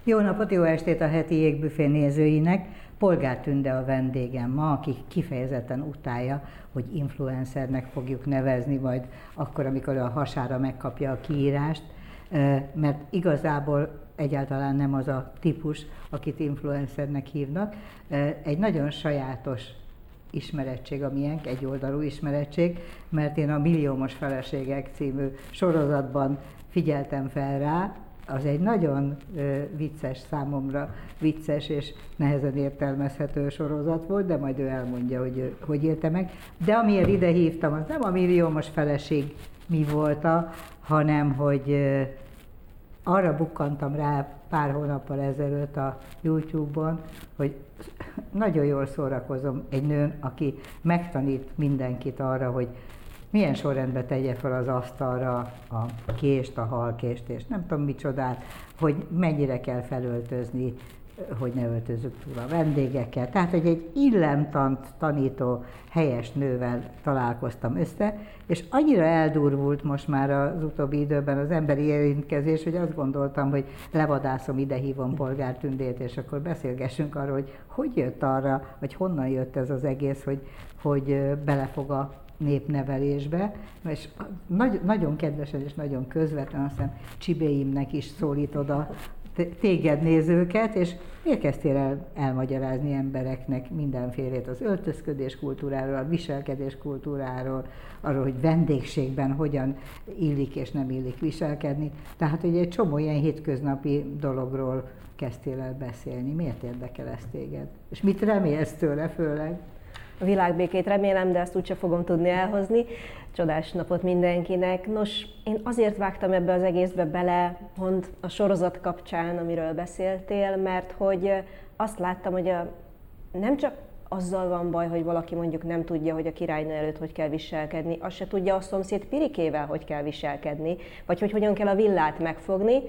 Jó napot, jó estét a heti jégbüfé nézőinek! Polgár Tünde a vendégem ma, aki kifejezetten utálja, hogy influencernek fogjuk nevezni majd akkor, amikor a hasára megkapja a kiírást, mert igazából egyáltalán nem az a típus, akit influencernek hívnak. Egy nagyon sajátos ismerettség a miénk, egyoldalú ismerettség, mert én a Milliómos feleségek című sorozatban figyeltem fel rá. Az egy nagyon vicces, számomra vicces és nehezen értelmezhető sorozat volt, de majd ő elmondja, hogy élte meg. De amiért ide hívtam, az nem a Milliómos feleség mi volta, hanem hogy arra bukkantam rá pár hónappal ezelőtt a YouTube-on, hogy nagyon jól szórakozom egy nőn, aki megtanít mindenkit arra, hogy milyen sorrendben tegye fel az asztalra a kést, a halkést, és nem tudom micsodát, hogy mennyire kell felöltözni, hogy ne öltözzük túl a vendégekkel. Tehát, hogy egy illemtant tanító helyes nővel találkoztam össze, és annyira eldurvult most már az utóbbi időben az emberi érintkezés, hogy azt gondoltam, hogy levadászom, ide hívom Polgár Tündét, és akkor beszélgessünk arról, hogy jött arra, vagy honnan jött ez az egész, hogy belefog a népnevelésbe, és nagyon kedvesen és nagyon közvetlen, azt hiszem Csibéimnek is szólítod a téged nézőket, és miért kezdtél el elmagyarázni embereknek mindenfélét az öltözködés kultúráról, a viselkedés kultúráról, arról, hogy vendégségben hogyan illik és nem illik viselkedni. Tehát, hogy egy csomó ilyen hétköznapi dologról kezdtél el beszélni. Miért érdekel ez téged? És mit remélsz tőle főleg? A világbékét remélem, de ezt úgyse fogom tudni elhozni. Csodás napot mindenkinek. Nos, én azért vágtam ebbe az egészbe bele, pont a sorozat kapcsán, amiről beszéltél, mert hogy azt láttam, hogy nem csak azzal van baj, hogy valaki mondjuk nem tudja, hogy a királynő előtt hogy kell viselkedni, azt se tudja a szomszéd Pirikével, hogy kell viselkedni, vagy hogy hogyan kell a villát megfogni.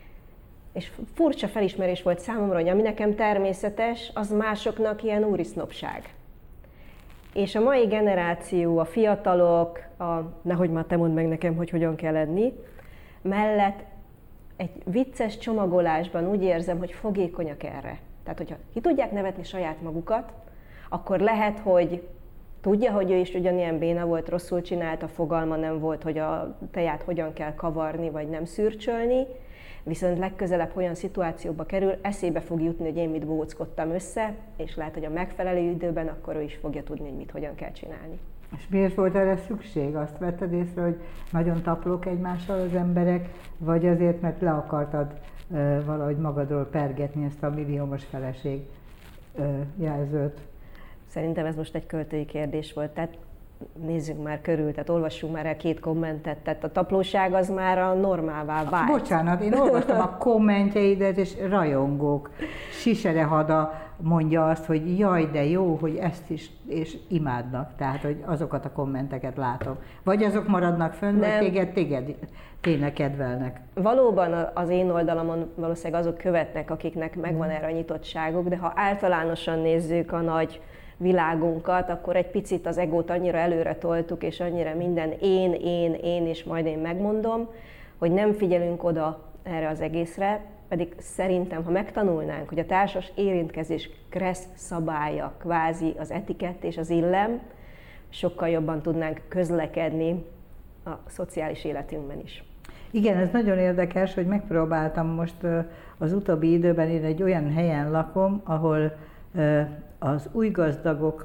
És furcsa felismerés volt számomra, hogy ami nekem természetes, az másoknak ilyen úrisznopság. És a mai generáció, a fiatalok, nehogy már te mondd meg nekem, hogy hogyan kell lenni, mellett egy vicces csomagolásban úgy érzem, hogy fogékonyak erre. Tehát, hogyha ki tudják nevetni saját magukat, akkor lehet, hogy tudja, hogy ő is ugyanilyen béna volt, rosszul csinálta, fogalma nem volt, hogy a teját hogyan kell kavarni, vagy nem szürcsölni, viszont legközelebb olyan szituációba kerül, eszébe fog jutni, hogy én mit bóckodtam össze, és lehet, hogy a megfelelő időben akkor ő is fogja tudni, hogy mit hogyan kell csinálni. És miért volt erre szükség? Azt vetted észre, hogy nagyon taplók egymással az emberek, vagy azért, mert le akartad valahogy magadról pergetni ezt a milliómos feleség jelzőt? Szerintem ez most egy költői kérdés volt. Tehát nézzünk már körül, tehát olvassunk már el 2 kommentet, tehát a taplóság az már a normálvá vált. Bocsánat, én olvastam a kommentjeidet, és rajongók. Siserehada mondja azt, hogy jaj, de jó, hogy ezt is, és imádnak. Tehát, hogy azokat a kommenteket látom. Vagy azok maradnak fönn, vagy téged tényleg kedvelnek. Valóban az én oldalamon valószínűleg azok követnek, akiknek megvan erre a nyitottságuk, de ha általánosan nézzük a nagy világunkat, akkor egy picit az egót annyira előre toltuk, és annyira minden én, és majd én megmondom, hogy nem figyelünk oda erre az egészre, pedig szerintem, ha megtanulnánk, hogy a társas érintkezés kressz szabálya, kvázi az etikett és az illem, sokkal jobban tudnánk közlekedni a szociális életünkben is. Igen, ez nagyon érdekes, hogy megpróbáltam most az utóbbi időben, én egy olyan helyen lakom, ahol az új gazdagok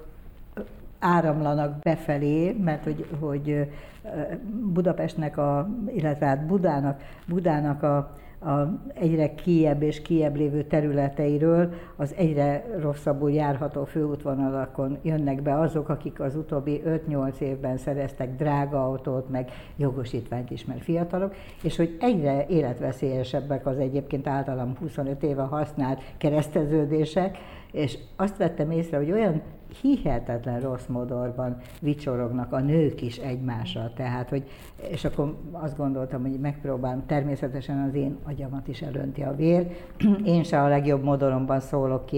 áramlanak befelé, mert hogy Budapestnek, illetve hát Budának a egyre kijebb és kijebb lévő területeiről az egyre rosszabbul járható főútvonalakon jönnek be azok, akik az utóbbi 5-8 évben szereztek drága autót, meg jogosítványt is, mert fiatalok, és hogy egyre életveszélyesebbek az egyébként általam 25 éve használt kereszteződések, és azt vettem észre, hogy olyan hihetetlen rossz modorban vicsorognak a nők is egymásra, tehát, hogy, és akkor azt gondoltam, hogy megpróbálom, természetesen az én agyamat is elönti a vér, én se a legjobb modoromban szólok ki, és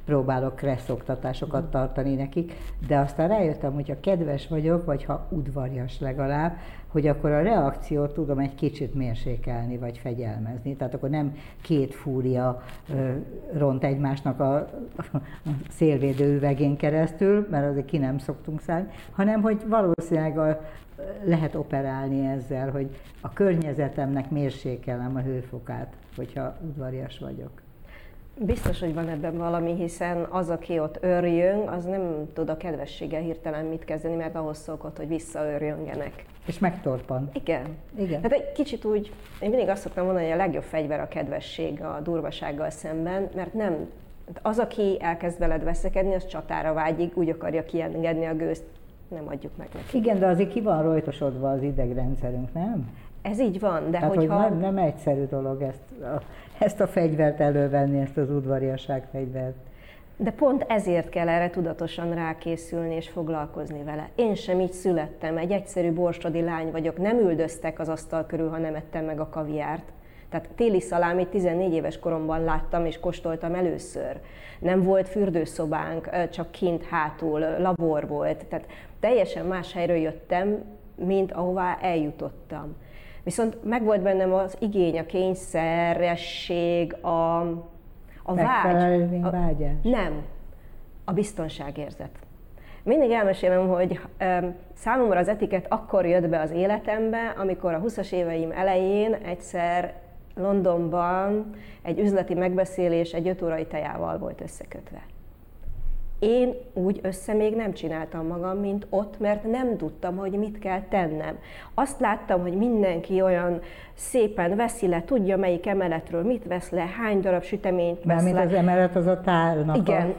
próbálok kressz oktatásokat tartani nekik, de aztán rájöttem, hogy ha kedves vagyok, vagy ha udvarias legalább, hogy akkor a reakciót tudom egy kicsit mérsékelni, vagy fegyelmezni. Tehát akkor nem két fúria ront egymásnak a szélvédő üvegén keresztül, mert azért ki nem szoktunk szállni, hanem hogy valószínűleg lehet operálni ezzel, hogy a környezetemnek mérsékelem a hőfokát, hogyha udvarias vagyok. Biztos, hogy van ebben valami, hiszen az, aki ott őrjön, az nem tud a kedvességgel hirtelen mit kezdeni, mert ahhoz szokott, hogy visszaőrjöngenek. És megtorpan. Igen. Igen. Hát egy kicsit úgy, én mindig azt szoktam mondani, hogy a legjobb fegyver a kedvesség a durvasággal szemben, mert nem, az, aki elkezd veled veszekedni, az csatára vágyik, úgy akarja kiengedni a gőzt, nem adjuk meg neki. Igen, de azért ki van rojtosodva az idegrendszerünk, nem? Ez így van, de tehát, hogyha... hogy nem egyszerű dolog ezt a fegyvert elővenni, ezt az udvariasság fegyvert. De pont ezért kell erre tudatosan rákészülni és foglalkozni vele. Én sem így születtem, egy egyszerű borsodi lány vagyok, nem üldöztek az asztal körül, ha nem ettem meg a kaviárt. Tehát téli szalámit 14 éves koromban láttam és kóstoltam először. Nem volt fürdőszobánk, csak kint hátul, labor volt. Tehát teljesen más helyről jöttem, mint ahová eljutottam. Viszont megvolt bennem az igény, a kényszeresség, a vágy. Vágyás. Nem, a biztonságérzet. Mindig elmesélem, hogy számomra az etikett akkor jött be az életembe, amikor a 20-as éveim elején egyszer Londonban egy üzleti megbeszélés egy 5 órai tejával volt összekötve. Én úgy még nem csináltam magam, mint ott, mert nem tudtam, hogy mit kell tennem. Azt láttam, hogy mindenki olyan szépen veszi le, tudja melyik emeletről mit vesz le, hány darab süteményt vesz le. Mármint az emelet az a tárnak.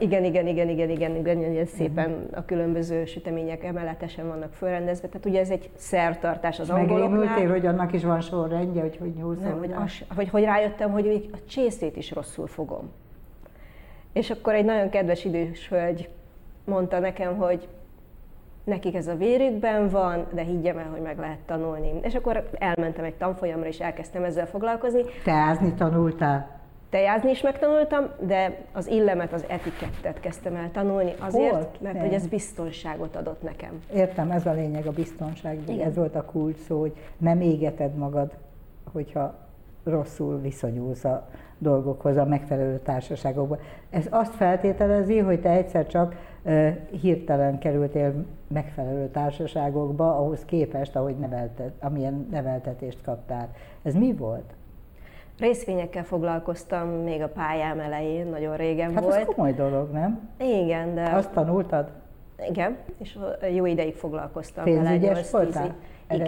Igen, szépen a különböző sütemények emeletesen vannak fölrendezve. Tehát ugye ez egy szertartás az angoloknál. Megrémültél, hogy annak is van sorrendje, hogy nyúlsz? Nem, hogy rájöttem, hogy a csészét is rosszul fogom. És akkor egy nagyon kedves idős hölgy mondta nekem, hogy nekik ez a vérükben van, de higgyem el, hogy meg lehet tanulni. És akkor elmentem egy tanfolyamra, és elkezdtem ezzel foglalkozni. Teázni tanultál? Teázni is megtanultam, de az illemet, az etikettet kezdtem el tanulni azért, mert hogy ez biztonságot adott nekem. Értem, ez a lényeg, a biztonság. Igen. Ez volt a kulcs szó, hogy nem égeted magad, hogyha rosszul viszonyulsz a dolgokhoz a megfelelő társaságokban. Ez azt feltételezi, hogy te egyszer csak hirtelen kerültél megfelelő társaságokba, ahhoz képest, amilyen neveltetést kaptál. Ez mi volt? Részvényekkel foglalkoztam még a pályám elején, nagyon régen hát volt. Hát ez komoly dolog, nem? Igen, de... Azt tanultad? Igen, és jó ideig foglalkoztam vele. Pénzügyes voltál?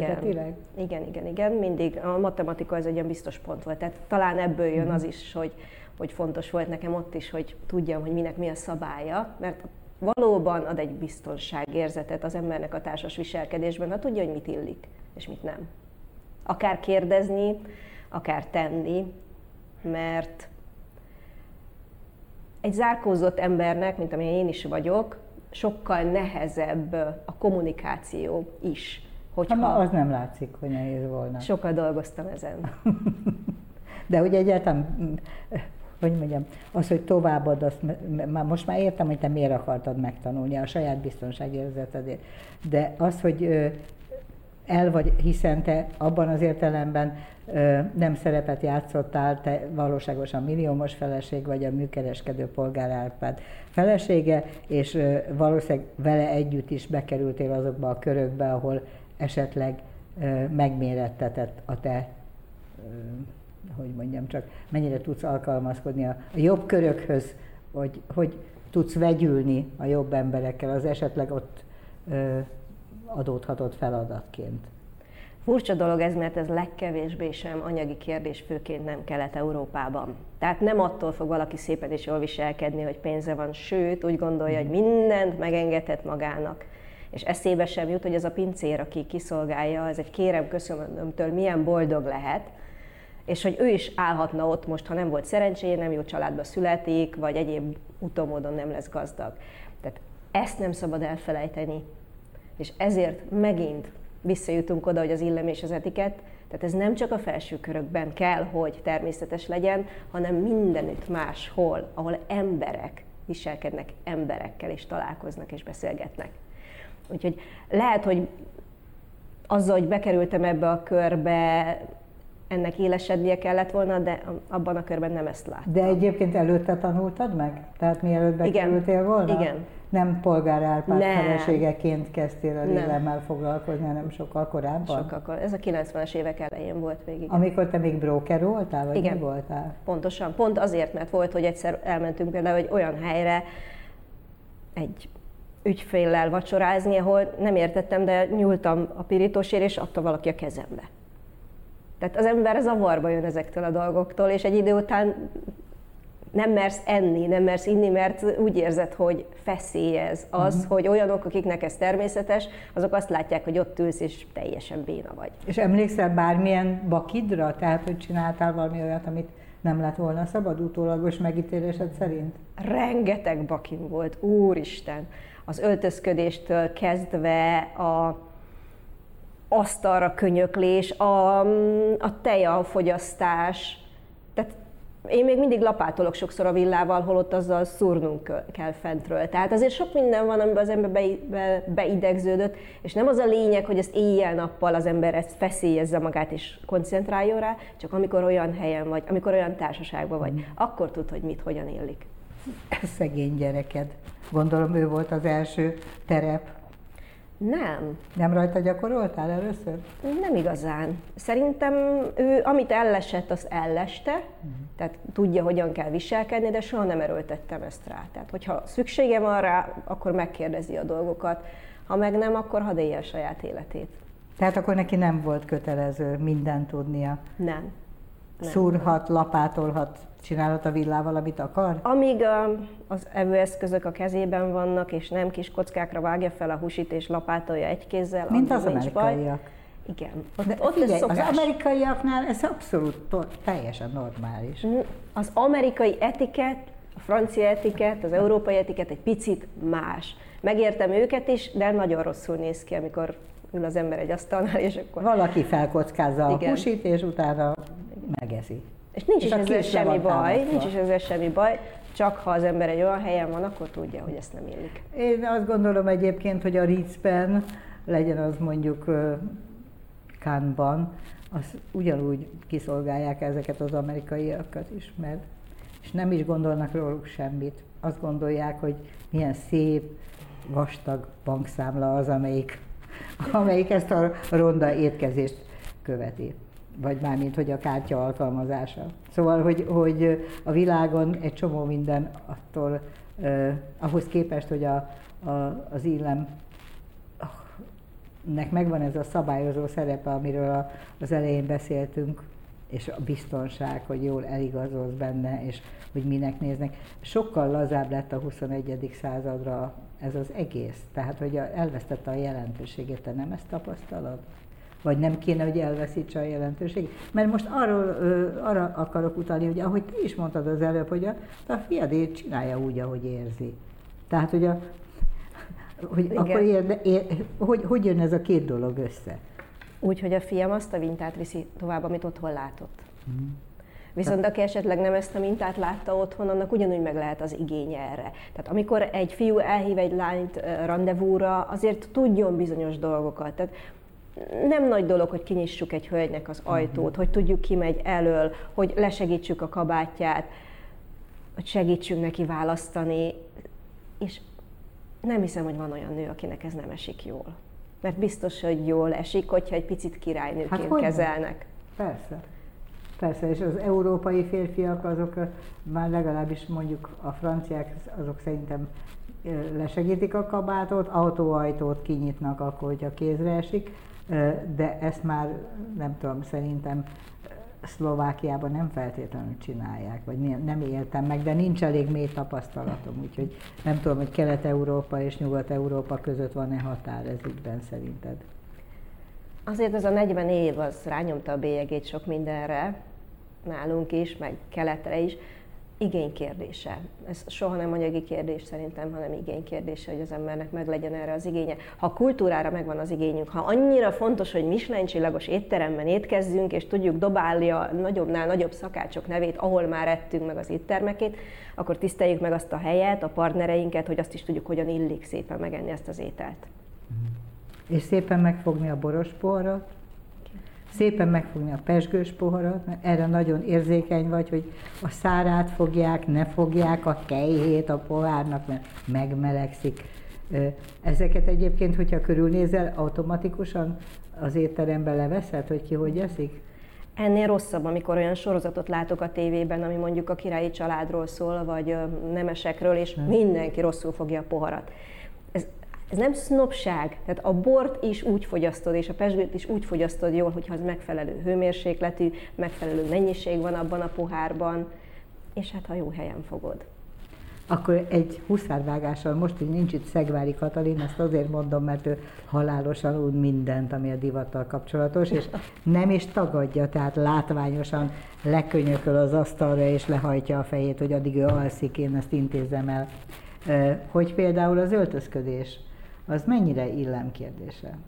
Igen. Mindig a matematika az egy ilyen biztos pont volt. Tehát talán ebből jön az is, hogy fontos volt nekem ott is, hogy tudjam, hogy minek mi a szabálya, mert valóban ad egy biztonságérzetet az embernek a társas viselkedésben, ha tudja, hogy mit illik, és mit nem. Akár kérdezni, akár tenni, mert egy zárkózott embernek, mint amilyen én is vagyok, sokkal nehezebb a kommunikáció is. Hogyha... az nem látszik, hogy nehéz volna. Sokkal dolgoztam ezen. De ugye egyáltalán, hogy mondjam, az, hogy továbbad, azt, most már értem, hogy te miért akartad megtanulni a saját biztonságérzetedért. De az, hogy hiszen te abban az értelemben nem szerepet játszottál, te valóságosan milliómos feleség vagy, a műkereskedő Polgár Árpád felesége, és valószínűleg vele együtt is bekerültél azokba a körökbe, ahol esetleg megmérettetett a te, hogy mondjam csak, mennyire tudsz alkalmazkodni a jobb körökhöz, hogy tudsz vegyülni a jobb emberekkel, az esetleg ott adódhatott feladatként. Furcsa dolog ez, mert ez legkevésbé sem anyagi kérdés, főként nem Kelet-Európában. Tehát nem attól fog valaki szépen és jól viselkedni, hogy pénze van, sőt úgy gondolja, hogy mindent megengedhet magának. És eszébe sem jut, hogy ez a pincér, aki kiszolgálja, ez egy kérem köszönömtől milyen boldog lehet, és hogy ő is állhatna ott most, ha nem volt szerencséje, nem jó családba születik, vagy egyéb utómódon nem lesz gazdag. Tehát ezt nem szabad elfelejteni. És ezért megint visszajutunk oda, hogy az illem és az etikett, tehát ez nem csak a felső körökben kell, hogy természetes legyen, hanem mindenütt máshol, ahol emberek viselkednek emberekkel, és találkoznak, és beszélgetnek. Úgyhogy lehet, hogy azzal, hogy bekerültem ebbe a körbe, ennek élesednie kellett volna, de abban a körben nem ezt láttam. De egyébként előtte tanultad meg? Tehát mielőtt bekerültél volna? Igen. Nem Polgár Árpád feleségeként kezdtél a lélemmel foglalkozni, hanem sokkal korábban? Sokkal. Ez a 90-es évek elején volt végig. Amikor te még broker voltál, vagy igen. mi voltál? Pontosan. Pont azért, mert volt, hogy egyszer elmentünk például egy olyan helyre, egy ügyféllel vacsorázni, ahol nem értettem, de nyúltam a pirítósért, és adta valaki a kezembe. Tehát az ember zavarba jön ezektől a dolgoktól, és egy idő után nem mersz enni, nem mersz inni, mert úgy érzed, hogy feszélyez az, hogy olyanok, akiknek ez természetes, azok azt látják, hogy ott ülsz, és teljesen béna vagy. És emlékszel bármilyen bakidra? Tehát, hogy csináltál valami olyat, amit nem lett volna szabad utólagos megítélésed szerint? Rengeteg bakim volt, úristen! Az öltözködéstől kezdve a asztalra könyöklés, a tejafogyasztás. Tehát én még mindig lapátolok sokszor a villával, holott azzal szúrnunk kell fentről. Tehát azért sok minden van, amiben az ember beidegződött, és nem az a lényeg, hogy ezt éjjel-nappal az ember ezt feszélyezze magát és koncentráljon rá, csak amikor olyan helyen vagy, amikor olyan társaságban vagy, akkor tud, hogy mit, hogyan élik. Szegény gyereked. Gondolom ő volt az első terep. Nem. Nem rajta gyakoroltál először? Nem igazán. Szerintem ő, amit ellesett, azt elleste, tehát tudja, hogyan kell viselkedni, de soha nem erőltettem ezt rá. Tehát, hogyha szüksége van rá, akkor megkérdezi a dolgokat, ha meg nem, akkor hadd élje a saját életét. Tehát akkor neki nem volt kötelező mindent tudnia? Nem. Szúrhat, lapátolhat, csinálhat a villával, amit akar? Amíg az evőeszközök a kezében vannak, és nem kis kockákra vágja fel a húsit és lapátolja egy kézzel, mint az amerikaiak. Baj. Igen. Ott figyelj, az amerikaiaknál ez abszolút teljesen normális. Az amerikai etikett, a francia etikett, az európai etikett egy picit más. Megértem őket is, de nagyon rosszul néz ki, amikor ül az ember egy asztalnál, és akkor... Valaki felkockázza a húsit, és utána megeszi. És nincs is ezzel semmi baj, csak ha az ember egy olyan helyen van, akkor tudja, hogy ezt nem illik. Én azt gondolom egyébként, hogy a Ritzben, legyen az mondjuk Cannes-ban, az ugyanúgy kiszolgálják ezeket az amerikaiakat is, és nem is gondolnak róluk semmit. Azt gondolják, hogy milyen szép, vastag bankszámla az, amelyik ezt a ronda étkezést követi. Vagy mármint, hogy a kártya alkalmazása. Szóval, hogy a világon egy csomó minden attól, ahhoz képest, hogy az illemnek megvan ez a szabályozó szerepe, amiről az elején beszéltünk, és a biztonság, hogy jól eligazolsz benne, és hogy minek néznek. Sokkal lazább lett a 21. századra ez az egész. Tehát, hogy elvesztette a jelentőségét. Te nem ezt tapasztalod? Vagy nem kéne, hogy elveszítse a jelentőségét? Mert most arra akarok utalni, hogy ahogy te is mondtad az előbb, hogy a fiadét csinálja úgy, ahogy érzi. Tehát, hogy akkor hogy jön ez a két dolog össze? Úgy, hogy a fiam azt a mintát viszi tovább, amit otthon látott. Viszont aki esetleg nem ezt a mintát látta otthon, annak ugyanúgy meg lehet az igénye erre. Tehát amikor egy fiú elhív egy lányt randevúra, azért tudjon bizonyos dolgokat. Tehát nem nagy dolog, hogy kinyissuk egy hölgynek az ajtót, hogy tudjuk, ki megy elől, hogy lesegítsük a kabátját, hogy segítsünk neki választani, és nem hiszem, hogy van olyan nő, akinek ez nem esik jól. Mert biztos, hogy jól esik, hogyha egy picit királynőként kezelnek. Persze, és az európai férfiak azok már legalábbis mondjuk a franciák, azok szerintem lesegítik a kabátot, autóajtót kinyitnak akkor, hogyha kézre esik, de ezt már nem tudom, szerintem Szlovákiában nem feltétlenül csinálják, vagy nem éltem meg, de nincs elég mély tapasztalatom, úgyhogy nem tudom, hogy Kelet-Európa és Nyugat-Európa között van-e határ ez ügyben szerinted? Azért az a 40 év az rányomta a bélyegét sok mindenre, nálunk is, meg keletre is. igény kérdése. Ez soha nem anyagi kérdés szerintem, hanem igény kérdése, hogy az embernek meglegyen erre az igénye. Ha a kultúrára megvan az igényünk, ha annyira fontos, hogy Michelin-csillagos étteremben étkezzünk, és tudjuk dobálni a nagyobbnál nagyobb szakácsok nevét, ahol már ettünk meg az éttermekét, akkor tiszteljük meg azt a helyet, a partnereinket, hogy azt is tudjuk, hogyan illik szépen megenni ezt az ételt. És szépen megfogni a boros poharat, szépen megfogni a pezsgős poharat, mert erre nagyon érzékeny vagy, hogy a szárát fogják, ne fogják a kejhét a pohárnak, mert megmelegszik. Ezeket egyébként, hogyha körülnézel, automatikusan az étteremben leveszed, hogy ki hogy eszik? Ennél rosszabb, amikor olyan sorozatot látok a tévében, ami mondjuk a királyi családról szól, vagy nemesekről, és mindenki rosszul fogja a poharat. Ez nem sznobság, tehát a bort is úgy fogyasztod, és a pezsgőt is úgy fogyasztod jól, hogyha az megfelelő hőmérsékletű, megfelelő mennyiség van abban a pohárban, és hát ha jó helyen fogod. Akkor egy huszárvágással, most, hogy nincs itt Szegvári Katalin, ezt azért mondom, mert ő halálosan úgy mindent, ami a divattal kapcsolatos, és nem is tagadja, tehát látványosan lekönyököl az asztalra, és lehajtja a fejét, hogy addig ő alszik, én ezt intézem el. Hogy például az öltözködés, az mennyire illem kérdése?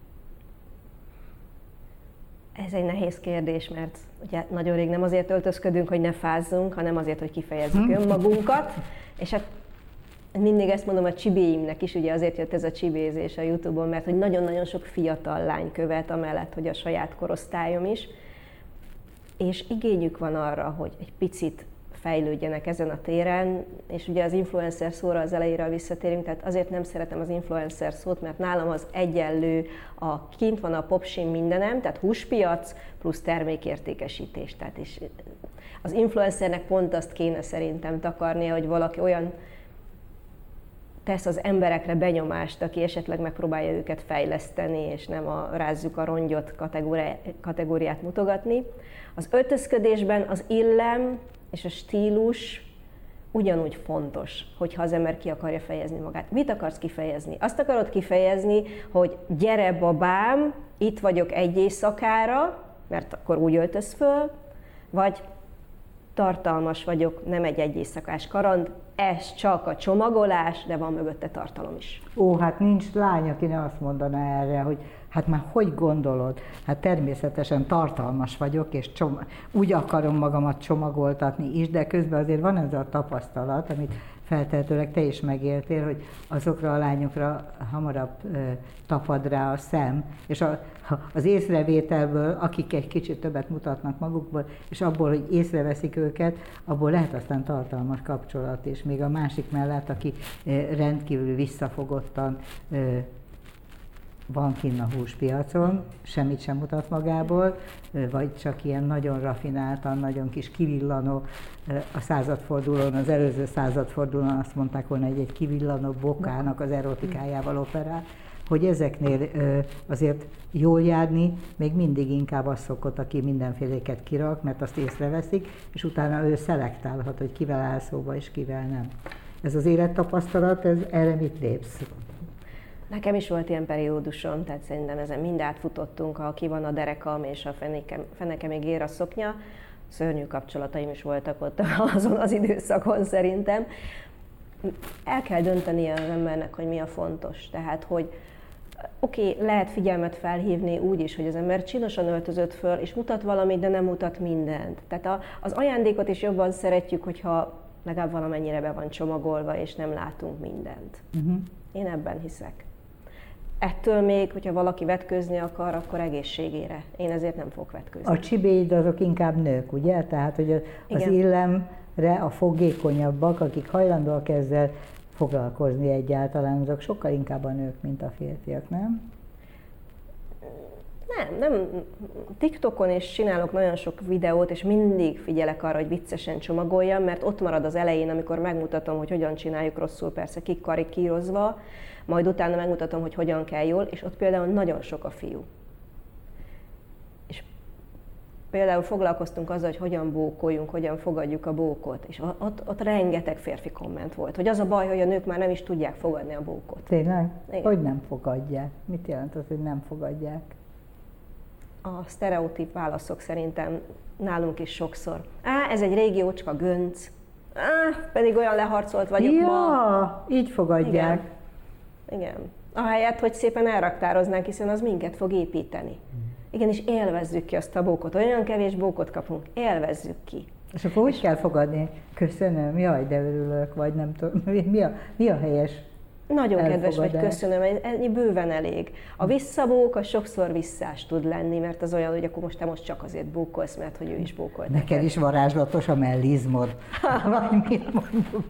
Ez egy nehéz kérdés, mert ugye nagyon rég nem azért öltözködünk, hogy ne fázzunk, hanem azért, hogy kifejezzük önmagunkat. És hát mindig ezt mondom a csibéimnek is, ugye azért jött ez a csibézés a YouTube-on, mert hogy nagyon-nagyon sok fiatal lány követ, amellett, hogy a saját korosztályom is. És igényük van arra, hogy egy picit fejlődjenek ezen a téren, és ugye az influencer szóra az elejére visszatérünk, tehát azért nem szeretem az influencer szót, mert nálam az egyenlő, kint van a popsim mindenem, tehát húspiac plusz termékértékesítés. Tehát is az influencernek pont azt kéne szerintem takarnia, hogy valaki olyan tesz az emberekre benyomást, aki esetleg megpróbálja őket fejleszteni, és nem a rázzuk a rongyot kategóriát mutogatni. Az öltözködésben az illem és a stílus ugyanúgy fontos, hogyha az ember ki akarja fejezni magát. Mit akarsz kifejezni? Azt akarod kifejezni, hogy gyere babám, itt vagyok egy éjszakára, mert akkor úgy öltöz föl, vagy tartalmas vagyok, nem egy éjszakás kaland, ez csak a csomagolás, de van mögötte tartalom is. Ó, hát nincs lány, aki ne azt mondaná erre, hogy hát már hogy gondolod? Hát természetesen tartalmas vagyok, és úgy akarom magamat csomagoltatni is, de közben azért van ez a tapasztalat, amit feltehetőleg te is megéltél, hogy azokra a lányokra hamarabb tapad rá a szem, és az észrevételből, akik egy kicsit többet mutatnak magukból, és abból, hogy észreveszik őket, abból lehet aztán tartalmas kapcsolat, és még a másik mellett, aki rendkívül visszafogottan van kinn a húspiacon, semmit sem mutat magából, vagy csak ilyen nagyon rafináltan, nagyon kis kivillanó, a századfordulón, az előző századfordulón azt mondták volna, hogy egy kivillanó bokának az erotikájával operál, hogy ezeknél azért jól járni, még mindig inkább az szokott, aki mindenféléket kirak, mert azt észreveszik, és utána ő szelektálhat, hogy kivel áll szóba, és kivel nem. Ez az élettapasztalat, erre mit lépsz? Nekem is volt ilyen periódusom, tehát szerintem ezen mind átfutottunk, ha ki van a derekam és a feneke még ér a szoknya. Szörnyű kapcsolataim is voltak ott azon az időszakon szerintem. El kell döntenie az embernek, hogy mi a fontos. Tehát, hogy oké, lehet figyelmet felhívni úgy is, hogy az ember csinosan öltözött föl, és mutat valamit, de nem mutat mindent. Tehát az ajándékot is jobban szeretjük, hogyha legalább valamennyire be van csomagolva, és nem látunk mindent. Én ebben hiszek. Ettől még, hogyha valaki vetkőzni akar, akkor egészségére. Én ezért nem fogok vetkőzni. A csibéid azok inkább nők, ugye? Tehát, hogy az illemre a fogékonyabbak, akik hajlandóak ezzel foglalkozni egyáltalán, azok sokkal inkább a nők, mint a férfiak, nem? Nem. TikTokon is csinálok nagyon sok videót, és mindig figyelek arra, hogy viccesen csomagoljam, mert ott marad az elején, amikor megmutatom, hogy hogyan csináljuk rosszul, persze kikarikírozva, majd utána megmutatom, hogy hogyan kell jól, és ott például nagyon sok a fiú. És például foglalkoztunk azzal, hogy hogyan bókoljunk, hogyan fogadjuk a bókot, és ott rengeteg férfi komment volt, hogy az a baj, hogy a nők már nem is tudják fogadni a bókot. Tényleg? Igen. Hogy nem fogadják? Mit jelent az, hogy nem fogadják? A sztereotíp válaszok szerintem nálunk is sokszor. Ez egy régi ócska gönc, Pedig olyan leharcolt vagyok ma. Így fogadják. Igen. Ahelyett, hogy szépen elraktároznánk, hiszen az minket fog építeni. Igen, és élvezzük ki azt a bókot. Olyan kevés bókot kapunk, élvezzük ki. És akkor úgy kell fogadni, köszönöm, jaj, de örülök, vagy nem tudom, mi a helyes nagyon elfogadás? Kedves vagy, köszönöm, ennyi bőven elég. A visszabók az sokszor visszás tud lenni, mert az olyan, hogy akkor most csak azért bókolsz, mert hogy ő is bókolt. Neked is varázslatos a mellizmod, vagy mit mondjuk?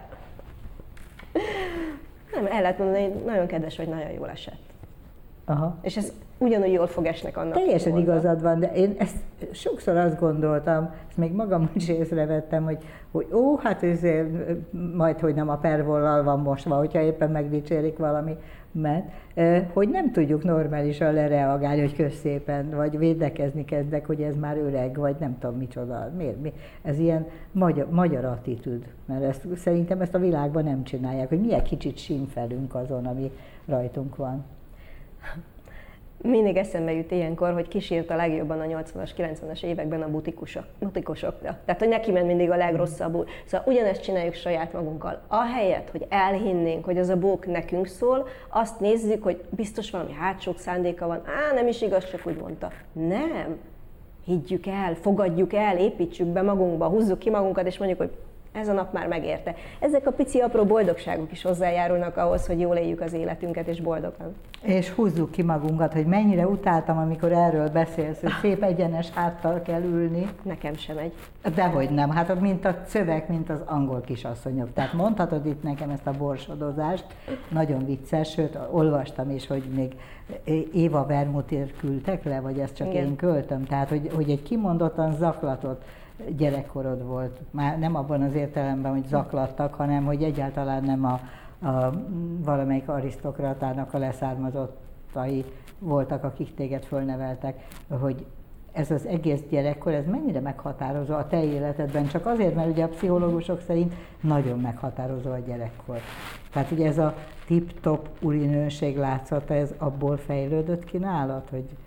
Nem, el lehet mondani, hogy nagyon kedves vagy, nagyon jól esett. Aha. És ez ugyanúgy jól fog esnek annak. Teljesen igazad van, de én ezt sokszor azt gondoltam, ezt még magam is észrevettem, hogy hát ez majd, hogy nem a pervollal van mosva, hogyha éppen megdicsérik valami, mert hogy nem tudjuk normálisan lereagálni, hogy kösz szépen, vagy védekezni kezdek, hogy ez már öreg, vagy nem tudom micsoda. Miért? Ez ilyen magyar attitűd, mert szerintem ezt a világban nem csinálják, hogy milyen kicsit simfelünk azon, ami rajtunk van. Mindig eszembe jut ilyenkor, hogy kísért legjobban a 80-as, 90-es években a butikosokra. Tehát, hogy neki ment mindig a legrosszabbul. Szóval ugyanezt csináljuk saját magunkkal. Ahelyett, hogy elhinnénk, hogy az a bók nekünk szól, azt nézzük, hogy biztos valami hátsó szándéka van. Nem is igaz, csak úgy mondta. Nem. Higgyük el, fogadjuk el, építsük be magunkba, húzzuk ki magunkat, és mondjuk, hogy ez a nap már megérte. Ezek a pici apró boldogságok is hozzájárulnak ahhoz, hogy jól éljük az életünket és boldogan. És húzzuk ki magunkat, hogy mennyire utáltam, amikor erről beszélsz, hogy szép egyenes háttal kell ülni. Nekem sem egy. Dehogy nem, hát mint a szöveg, mint az angol kisasszonyok. Tehát mondhatod itt nekem ezt a borsodozást, nagyon vicces, sőt, olvastam is, hogy még Éva Vermutért küldtek le, vagy ezt csak én költöm. Tehát, hogy egy kimondottan zaklatott gyerekkorod volt. Már nem abban az értelemben, hogy zaklattak, hanem hogy egyáltalán nem a valamelyik arisztokratának a leszármazottai voltak, akik téged fölneveltek, hogy ez az egész gyerekkor, ez mennyire meghatározó a te életedben, csak azért, mert ugye a pszichológusok szerint nagyon meghatározó a gyerekkor. Tehát ugye ez a tip-top urinőség látszata, ez abból fejlődött ki nálad,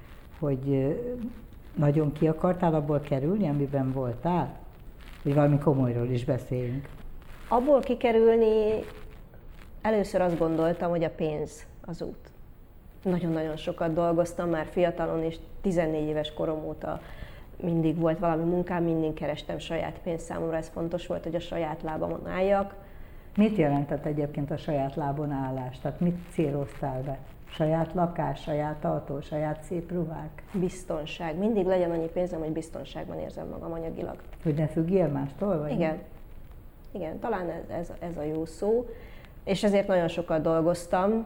hogy nagyon ki akartál abból kerülni, amiben voltál? Hogy valami komolyról is beszéljünk. Abból kikerülni először azt gondoltam, hogy a pénz az út. Nagyon-nagyon sokat dolgoztam már fiatalon, és 14 éves korom óta mindig volt valami munkám, mindig kerestem saját pénzt. Számomra ez fontos volt, hogy a saját lábamon álljak. Mit jelentett egyébként a saját lábon állás? Tehát mit céloztál be? Saját lakás, saját autó, saját szép ruhák? Biztonság. Mindig legyen annyi pénzem, hogy biztonságban érzem magam anyagilag. Hogy ne függjél mástól? Vagy igen. Igen, talán ez a jó szó. És ezért nagyon sokat dolgoztam.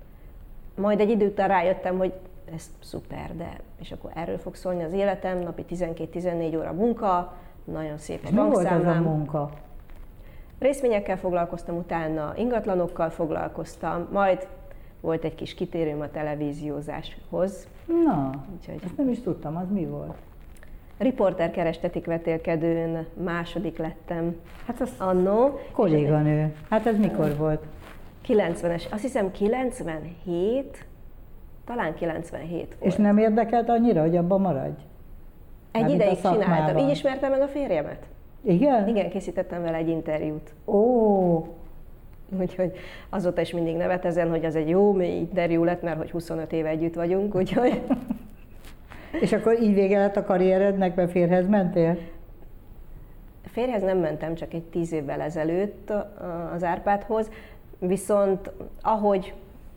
Majd egy idő után rájöttem, hogy ez szuper, de és akkor erről fog szólni az életem, napi 12-14 óra munka, nagyon szép a bankszámlám. Mi volt az a munka? Részvényekkel foglalkoztam, utána ingatlanokkal foglalkoztam, majd volt egy kis kitérőm a televíziózáshoz. Na, ezt nem is tudtam, az mi volt? Riporter kerestetik vetélkedőn második lettem. Hát az annó. Kolléganő. Hát ez mikor volt? 90-es, azt hiszem 97, talán 97 volt. És nem érdekelt annyira, hogy abban maradj? Egy ideig csináltam, így ismertem meg a férjemet. Igen? Igen, készítettem vele egy interjút. Ó! Úgyhogy azóta is mindig nevet ezen, hogy az egy jó mély interjú lett, mert hogy 25 éve együtt vagyunk, úgyhogy... És akkor így vége lett a karrierednek, mert férjhez mentél? Férjhez nem mentem, csak egy 10 évvel ezelőtt az Árpádhoz, viszont ahogy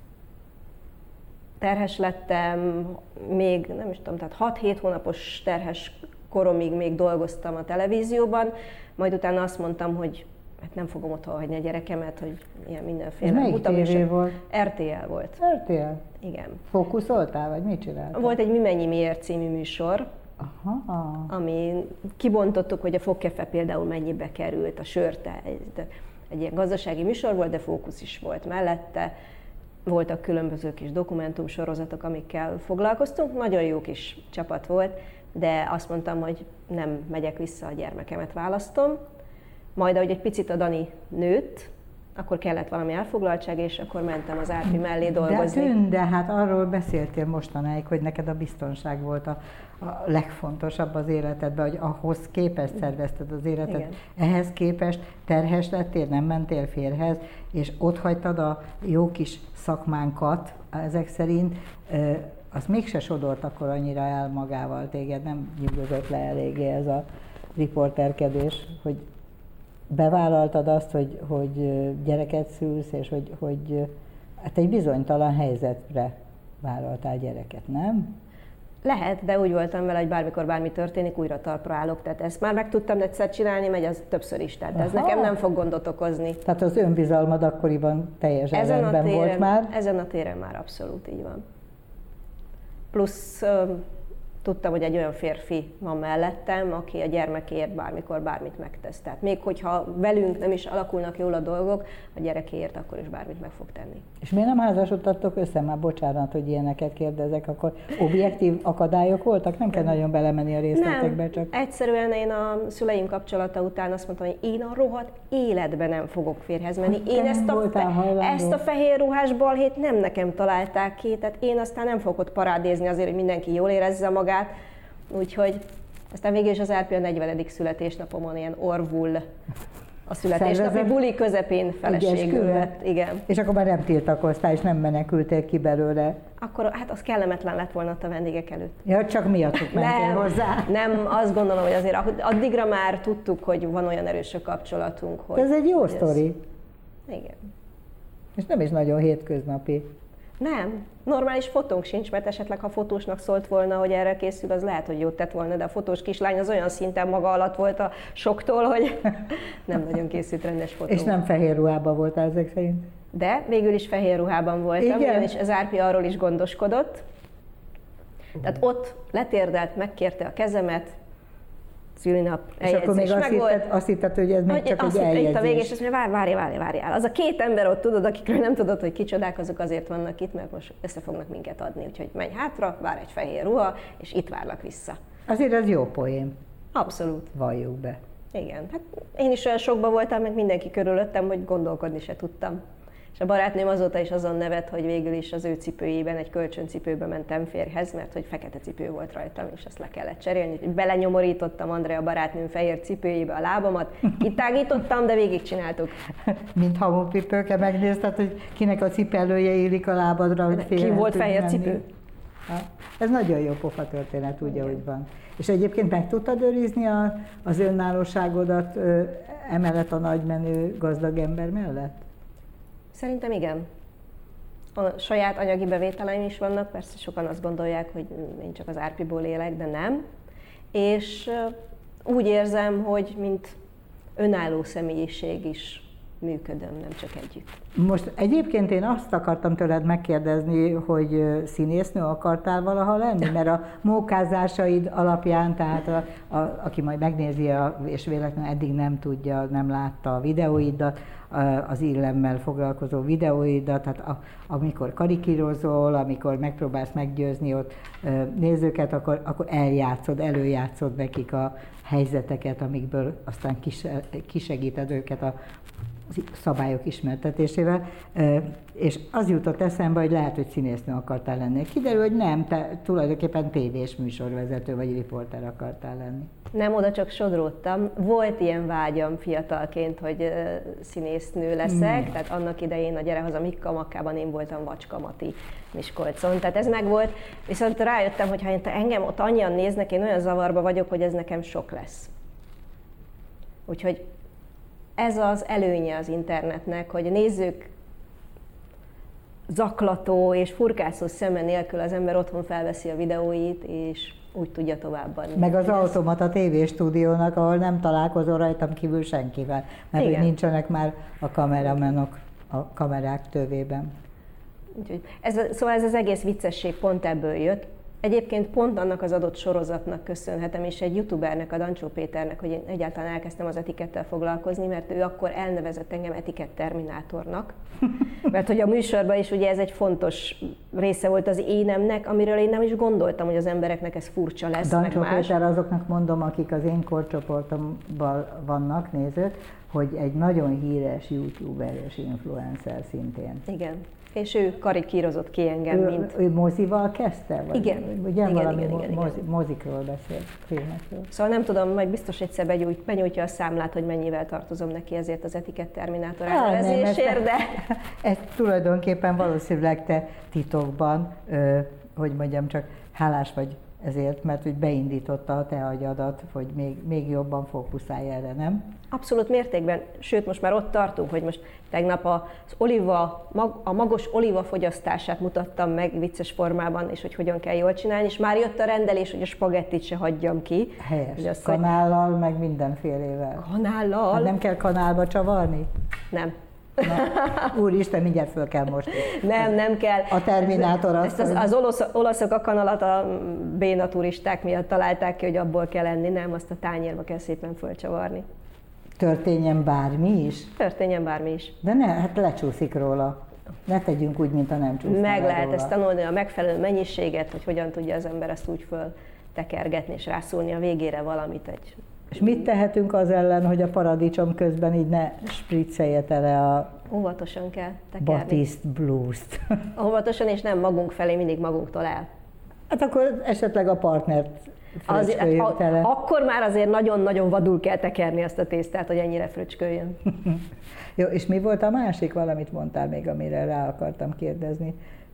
terhes lettem, még nem is tudom, tehát 6-7 hónapos terhes koromig még dolgoztam a televízióban, majd utána azt mondtam, hogy hát nem fogom otthon hagyni a gyerekemet, hogy ilyen mindenféle. Ez melyik tévé volt? RTL volt. RTL? Igen. Fókuszoltál, vagy mit csináltál? Volt egy Mi mennyi miért című műsor, aha, ami kibontottuk, hogy a fogkefe például mennyibe került, a sörte. Egy ilyen gazdasági műsor volt, de fókusz is volt mellette. Voltak különböző kis dokumentumsorozatok, amikkel foglalkoztunk. Nagyon jó kis csapat volt, de azt mondtam, hogy nem megyek vissza, a gyermekemet választom. Majd ahogy egy picit a Dani nőtt, akkor kellett valami elfoglaltság, és akkor mentem az Árpi mellé dolgozni. De hát arról beszéltél mostanáig, hogy neked a biztonság volt a legfontosabb az életedben, hogy ahhoz képest szervezted az életed. Igen. Ehhez képest terhes lettél, nem mentél férjhez, és ott hagytad a jó kis szakmánkat, ezek szerint, az mégse sodort akkor annyira el magával téged, nem nyugodott le eléggé ez a riporterkedés, hogy bevállaltad azt, hogy gyereket szülsz, és hogy hát egy bizonytalan helyzetre vállaltál gyereket, nem? Lehet, de úgy voltam vele, hogy bármikor bármi történik, újra talpra állok. Tehát ezt már meg tudtam egyszer csinálni, megy az többször is. Tehát ez nekem nem fog gondot okozni. Tehát az önbizalmad akkoriban teljesen rendben volt már? Ezen a téren már abszolút így van. Plusz tudtam, hogy egy olyan férfi van mellettem, aki a gyermekéért bármikor bármit megtesz. Tehát még hogyha velünk nem is alakulnak jól a dolgok, a gyerekéért akkor is bármit meg fog tenni. És miért nem házasodtatok össze? Már bocsánat, hogy ilyeneket kérdezek, akkor objektív akadályok voltak? Nem kell nagyon belemenni a részletekbe, nem. Csak... Egyszerűen én a szüleim kapcsolata után azt mondtam, hogy én a rohadt életben nem fogok férjhez menni. Én ezt a fehér ruhás balhét nem nekem találták ki, tehát én aztán nem fogok ott parádézni azért, hogy mindenki jól érezze magát. Úgyhogy aztán végül is az Árpi a 40. születésnapomon ilyen orvul a születésnapi buli közepén feleségül lett. Igen. És akkor már nem tiltakoztál, és nem menekültél ki belőle? Akkor hát az kellemetlen lett volna ott a vendégek előtt. Ja, csak miattuk mentél hozzá? Nem, azt gondolom, hogy azért addigra már tudtuk, hogy van olyan erős a kapcsolatunk, hogy... Ez egy jó sztori. Igen. És nem is nagyon hétköznapi. Nem, normális fotónk sincs, mert esetleg ha fotósnak szólt volna, hogy erre készül, az lehet, hogy jót tett volna, de a fotós kislány az olyan szinten maga alatt volt a soktól, hogy nem nagyon készült rendes fotó. És nem fehér ruhában voltál ezek szerint? De végül is fehér ruhában voltam, ugyanis az Árpi arról is gondoskodott. Tehát ott letérdelt, megkérte a kezemet, szülinap, és akkor még azt hitted, hogy ez még csak egy eljegyzés. Itt a végén, és azt mondja, várjál. Az a két ember ott, tudod, akikről nem tudod, hogy kicsodák, azok azért vannak itt, mert most össze fognak minket adni. Úgyhogy menj hátra, vár egy fehér ruha, és itt várlak vissza. Azért az jó poém. Abszolút. Valljuk be. Igen. Hát én is olyan sokban voltam, meg mindenki körülöttem, hogy gondolkodni se tudtam. És a barátnőm azóta is azon nevet, hogy végül is az ő cipőjében, egy kölcsöncipőbe mentem férjhez, mert hogy fekete cipő volt rajtam, és azt le kellett cserélni. Belenyomorítottam Andrea barátnőm fehér cipőjébe a lábamat, kitágítottam, de végigcsináltuk. Mint hamupipőke, megnézted, hogy kinek a cipelője illik a lábadra, hogy ki volt fehér cipő? Ez nagyon jó pofa történet, úgy, ahogy van. És egyébként meg tudtad őrizni az önállóságodat emellett a nagymenő gazdag ember mellett? Szerintem igen. A saját anyagi bevételeim is vannak, persze sokan azt gondolják, hogy én csak az Árpiból élek, de nem. És úgy érzem, hogy mint önálló személyiség is működöm, nem csak együtt. Most egyébként én azt akartam tőled megkérdezni, hogy színésznő akartál valaha lenni? Mert a mókázásaid alapján, tehát aki majd megnézi, és véletlenül eddig nem tudja, nem látta a videóidat, az illemmel foglalkozó videóidat, tehát amikor karikírozol, amikor megpróbálsz meggyőzni ott nézőket, akkor előjátszod nekik a helyzeteket, amikből aztán kisegíted őket a szabályok ismertetésével, és az jutott eszembe, hogy lehet, hogy színésznő akartál lenni. Kiderül, hogy nem, te tulajdonképpen tévés műsorvezető vagy riporter akartál lenni. Nem, oda csak sodródtam. Volt ilyen vágyam fiatalként, hogy színésznő leszek, tehát annak idején a Gyere haza Mikka Makkában én voltam Vacska Mati Miskolcon, tehát ez megvolt, viszont rájöttem, hogy ha engem ott annyian néznek, én olyan zavarba vagyok, hogy ez nekem sok lesz. Úgyhogy ez az előnye az internetnek, hogy a nézők zaklató és furkászó szeme nélkül az ember otthon felveszi a videóit, és úgy tudja továbbadni. Meg az automata tévéstúdiónak, ahol nem találkozol rajtam kívül senkivel, mert hogy nincsenek már a kameramenok a kamerák tövében. Úgyhogy szóval ez az egész viccesség pont ebből jött. Egyébként pont annak az adott sorozatnak köszönhetem, és egy youtubernek, a Dancsó Péternek, hogy én egyáltalán elkezdtem az etikettel foglalkozni, mert ő akkor elnevezett engem etikett-terminátornak. Mert hogy a műsorban is ugye ez egy fontos része volt az énemnek, amiről én nem is gondoltam, hogy az embereknek ez furcsa lesz. Dancsó Péter, azoknak mondom, akik az én korcsoportomban vannak nézők, hogy egy nagyon híres youtuber és influencer szintén. Igen. És ő karikírozott ki engem, mint... Ő mozival kezdte? Vagy, igen. Ugye igen, valami igen. mozikról beszél, filmekről. Szóval nem tudom, majd biztos egyszer benyújtja a számlát, hogy mennyivel tartozom neki ezért az Etikett Terminátor elnevezésért, de... Ez tulajdonképpen valószínűleg te titokban, hogy mondjam, csak hálás vagy ezért, mert hogy beindította a te agyadat, hogy még jobban fókuszálj erre, nem? Abszolút mértékben, sőt most már ott tartunk, hogy most tegnap a magos olíva fogyasztását mutattam meg vicces formában, és hogy hogyan kell jól csinálni, és már jött a rendelés, hogy a spagettit se hagyjam ki. Helyes, kanállal, meg mindenfélével. Kanállal? Hát nem kell kanálba csavarni? Nem. Na, úristen, mindjárt föl kell most. Nem kell. A Terminátor az olaszok a kanalat a béna turisták miatt találták ki, hogy abból kell enni, nem, azt a tányérba kell szépen fölcsavarni. Történjen bármi is? Történjen bármi is. De ne, hát lecsúszik róla. Ne tegyünk úgy, mint a nem csúszna meg lehet róla. ezt tanulni, a megfelelő mennyiséget, hogy hogyan tudja az ember ezt úgy föltekergetni, és rászólni a végére valamit egy... És mit tehetünk az ellen, hogy a paradicsom közben így ne spriccelje tele a óvatosan kell tekerni. Batiste Blues-t. Óvatosan, és nem magunk felé, mindig magunktól el. Hát akkor esetleg a partnert fröcsköljön tele. Akkor már azért nagyon-nagyon vadul kell tekerni azt a tésztát, hogy ennyire fröcsköljön. Jó, és mi volt a másik? Valamit mondtál még, amire rá akartam kérdezni.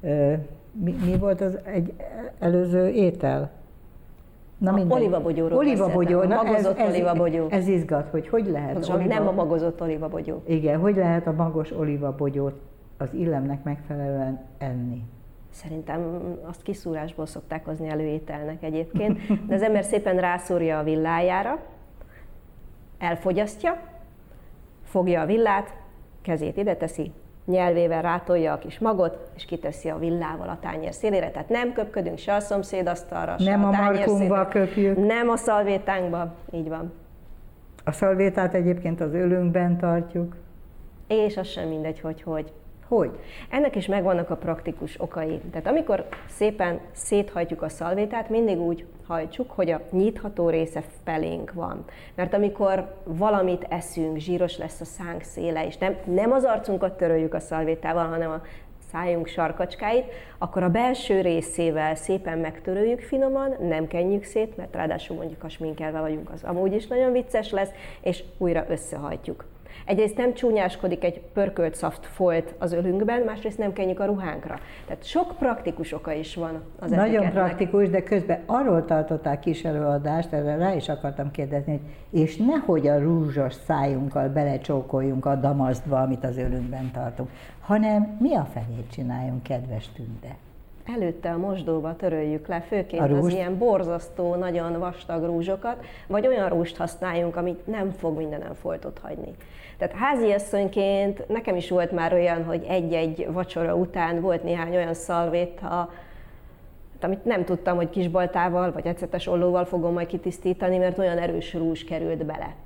Mi volt az egy előző étel? Olivabogyóról Olivabogyó. Magozott olivabogyó. Ez izgat, hogy lehet? Nem a magozott olivabogyó. Igen, hogy lehet a magos olivabogyót az illemnek megfelelően enni? Szerintem azt kiszúrásból szokták hozni előételnek egyébként, de az ember szépen rászúrja a villájára, elfogyasztja, fogja a villát, kezét ide teszi, nyelvével rátolja a kis magot, és kiteszi a villával a tányér szélére. Tehát nem köpködünk se a szomszédasztalra, se nem a tányér markunkba köpjük. Nem a szalvétánkba, így van. A szalvétát egyébként az ölünkben tartjuk. És az sem mindegy, hogy. Hogy? Ennek is megvannak a praktikus okai. Tehát amikor szépen széthajtjuk a szalvétát, mindig úgy hajtsuk, hogy a nyitható része felénk van. Mert amikor valamit eszünk, zsíros lesz a szánk széle, és nem az arcunkat töröljük a szalvétával, hanem a szájunk sarkacskáit, akkor a belső részével szépen megtöröljük finoman, nem kenjük szét, mert ráadásul mondjuk a sminkelve vagyunk, az amúgy is nagyon vicces lesz, és újra összehajtjuk. Egyrészt nem csúnyáskodik egy pörkölt szaft folt az ölünkben, másrészt nem kenjük a ruhánkra. Tehát sok praktikus oka is van az etiketnek. Nagyon praktikus, de közben arról tartották kis előadást, erre rá is akartam kérdezni, hogy és nehogy a rúzsos szájunkkal belecsókoljunk a damasztba, amit az ölünkben tartunk, hanem mi a fenét csináljunk, kedves Tünde? Előtte a mosdóba töröljük le, főként az ilyen borzasztó, nagyon vastag rúzsokat, vagy olyan rúst használjunk, amit nem fog mindenen foltot hagyni. Tehát háziasszonyként nekem is volt már olyan, hogy egy-egy vacsora után volt néhány olyan szalvéta, amit nem tudtam, hogy kisbaltával vagy ecetes ollóval fogom majd kitisztítani, mert olyan erős rúzs került bele.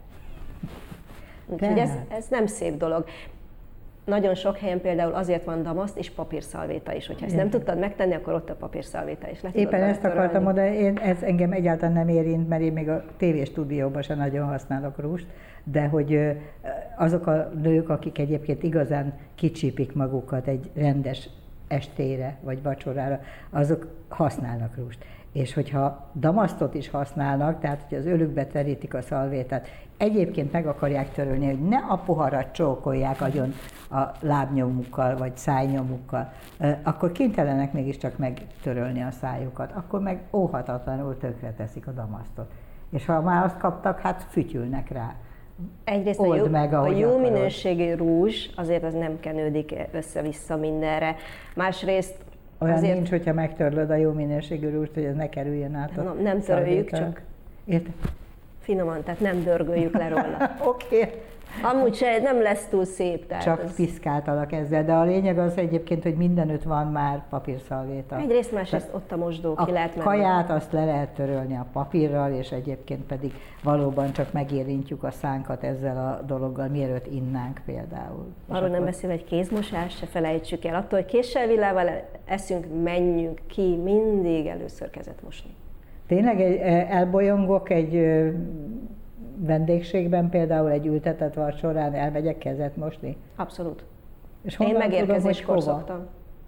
Úgyhogy ez nem szép dolog. Nagyon sok helyen például azért van damaszt és papírszalvéta is. Hogyha ezt nem tudtad megtenni, akkor ott a papírszalvéta is. Éppen ezt akartam mondani, ez engem egyáltalán nem érint, mert én még a tévéstúdióban sem nagyon használok rúst, de hogy azok a nők, akik egyébként igazán kicsípik magukat egy rendes estére vagy vacsorára, azok használnak rúst. És hogyha damasztot is használnak, tehát hogy az ölükbe terítik a szalvétát, egyébként meg akarják törölni, hogy ne a poharat csókolják agyon a lábnyomukkal vagy szájnyomukkal, akkor kénytelenek mégiscsak megtörölni a szájukat, akkor meg óhatatlanul tönkre teszik a damasztot. És ha már azt kaptak, hát fütyülnek rá. Egyrészt a jó minőségű rúzs, azért az nem kenődik össze-vissza mindenre. Másrészt olyan azért... nincs, hogyha megtörlöd a jó minőségű rúst, hogy ez ne kerüljön át a nem töröljük, csak érted? Finoman, tehát nem dörgöljük le róla. Oké. Amúgy se, nem lesz túl szép. Tehát csak piszkáltalak ezzel, de a lényeg az egyébként, hogy mindenütt van már papírszalvéta. Egyrészt, másrészt ott a mosdó, ki lehet menni. A kaját azt le lehet törölni a papírral, és egyébként pedig valóban csak megérintjük a szánkat ezzel a dologgal, mielőtt innánk például. Arról nem beszél, hogy kézmosás, se felejtsük el. Attól, hogy késsel, villával eszünk, menjünk ki, mindig először kezet mosni. Tényleg elbolyongok egy vendégségben például egy ültetett vacsorán elmegyek kezet mosni? Abszolút. És Én megérkezéskor tudom, szoktam.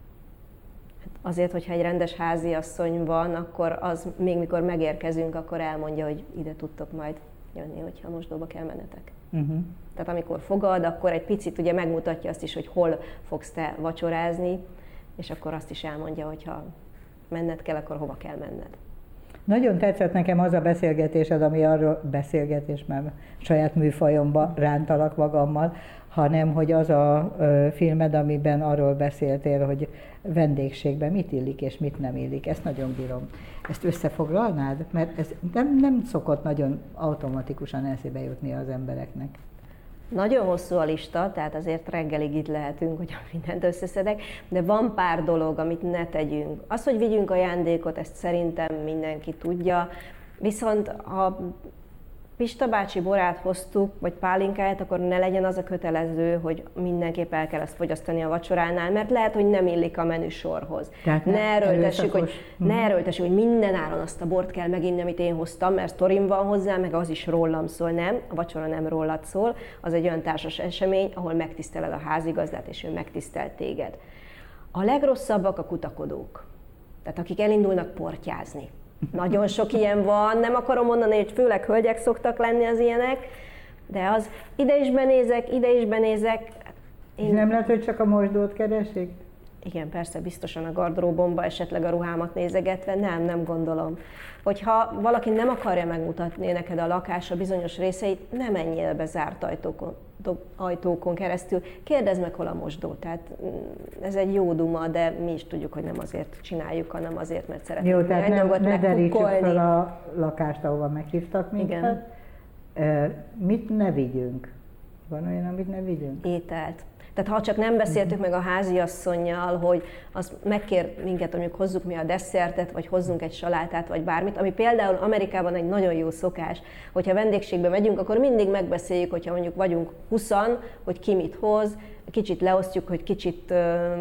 Azért, hogyha egy rendes háziasszony van, akkor az még mikor megérkezünk, akkor elmondja, hogy ide tudtok majd jönni, hogyha a mosdóba kell mennetek. Tehát amikor fogad, akkor egy picit ugye megmutatja azt is, hogy hol fogsz te vacsorázni, és akkor azt is elmondja, hogy ha menned kell, akkor hova kell menned. Nagyon tetszett nekem az a beszélgetésed, ami arról beszélgetés, mert saját műfajomba rántalak magammal, hanem hogy az a filmed, amiben arról beszéltél, hogy vendégségben mit illik és mit nem illik. Ezt nagyon bírom. Ezt összefoglalnád? Mert ez nem szokott nagyon automatikusan eszébe jutni az embereknek. Nagyon hosszú a lista, tehát azért reggelig itt lehetünk, hogy mindent összeszedek, de van pár dolog, amit ne tegyünk. Az, hogy vigyünk ajándékot, ezt szerintem mindenki tudja, viszont ha Pista bácsi borát hoztuk, vagy pálinkáját, akkor ne legyen az a kötelező, hogy mindenképp el kell ezt fogyasztani a vacsoránál, mert lehet, hogy nem illik a menüsorhoz. Ne erőltessük, hogy minden áron azt a bort kell meginni, amit én hoztam, mert sztorim van hozzá, meg az is rólam szól. Nem, a vacsora nem rólad szól, az egy olyan társas esemény, ahol megtiszteled a házigazdát, és ő megtisztel téged. A legrosszabbak a kutakodók, tehát akik elindulnak portyázni. Nagyon sok ilyen van, nem akarom mondani, hogy főleg hölgyek szoktak lenni az ilyenek, de az ide is benézek. És nem lehet, hogy csak a mosdót keresik? Igen, persze, biztosan a gardróbomba esetleg a ruhámat nézegetve, nem gondolom. Hogyha valaki nem akarja megmutatni neked a lakása bizonyos részeit, nem menjél be zárt ajtókon keresztül, kérdezd meg, hol a mosdó. Tehát ez egy jó duma, de mi is tudjuk, hogy nem azért csináljuk, hanem azért, mert szeretnénk. Jó, tehát ne derítsük fel a lakást, ahova meghívtak minket. Mit ne vigyünk? Van olyan, amit ne vigyünk? Ételt. Tehát ha csak nem beszéltük meg a háziasszonnyal, hogy az megkér minket, hogy hozzuk mi a desszertet, vagy hozzunk egy salátát, vagy bármit, ami például Amerikában egy nagyon jó szokás, hogyha vendégségbe megyünk, akkor mindig megbeszéljük, hogyha mondjuk vagyunk 20-an, hogy ki mit hoz, kicsit leosztjuk, hogy kicsit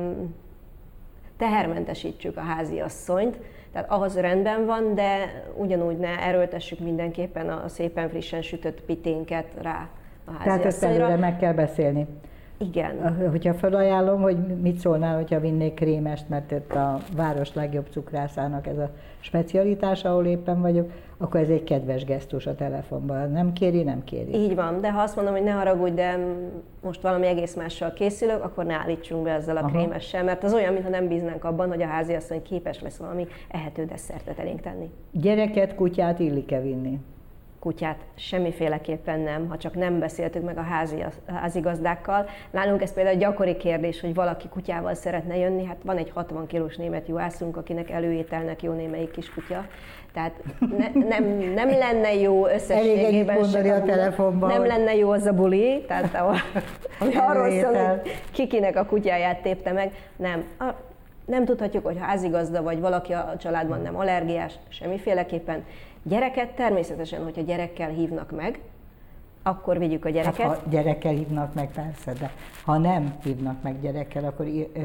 tehermentesítsük a háziasszonyt, tehát ahhoz rendben van, de ugyanúgy ne erőltessük mindenképpen a szépen frissen sütött piténket rá a háziasszonyra. Tehát ezt előre meg kell beszélni. Igen. Hogyha felajánlom, hogy mit szólnál, hogyha vinnék krémest, mert itt a város legjobb cukrászának ez a specialitás, ahol éppen vagyok, akkor ez egy kedves gesztus a telefonban. Nem kéri, nem kéri. Így van, de ha azt mondom, hogy ne haragudj, de most valami egész mással készülök, akkor ne állítsunk be ezzel a krémessel, mert az olyan, mintha nem bíznánk abban, hogy a háziasszony képes lesz valami ehető desszertet elénk tenni. Gyereket, kutyát illik-e vinni? Kutyát semmiféleképpen nem, ha csak nem beszéltük meg a házigazdákkal. Nálunk ez például gyakori kérdés, hogy valaki kutyával szeretne jönni, hát van egy 60 kilós német juhászunk, akinek előételnek jó némelyik kis kutya. Tehát nem lenne jó összességében a telefonban, nem lenne jó az a buli, tehát ami arról szól, hogy kikinek a kutyáját tépte meg. Nem tudhatjuk, hogy házigazda vagy valaki a családban nem allergiás, semmiféleképpen. Gyereket természetesen, hogyha gyerekkel hívnak meg, akkor vigyük a gyereket. Hát, ha gyerekkel hívnak meg, persze, de ha nem hívnak meg gyerekkel, akkor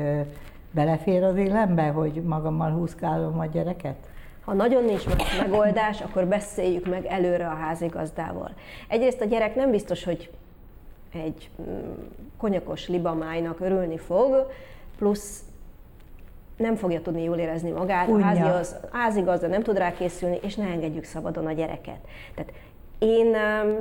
belefér az élembe, hogy magammal húzkálom a gyereket? Ha nagyon nincs megoldás, akkor beszéljük meg előre a házigazdával. Egyrészt a gyerek nem biztos, hogy egy konyakos libamájnak örülni fog, plusz nem fogja tudni jól érezni magát, a házigazda nem tud rá készülni, és ne engedjük szabadon a gyereket. Tehát én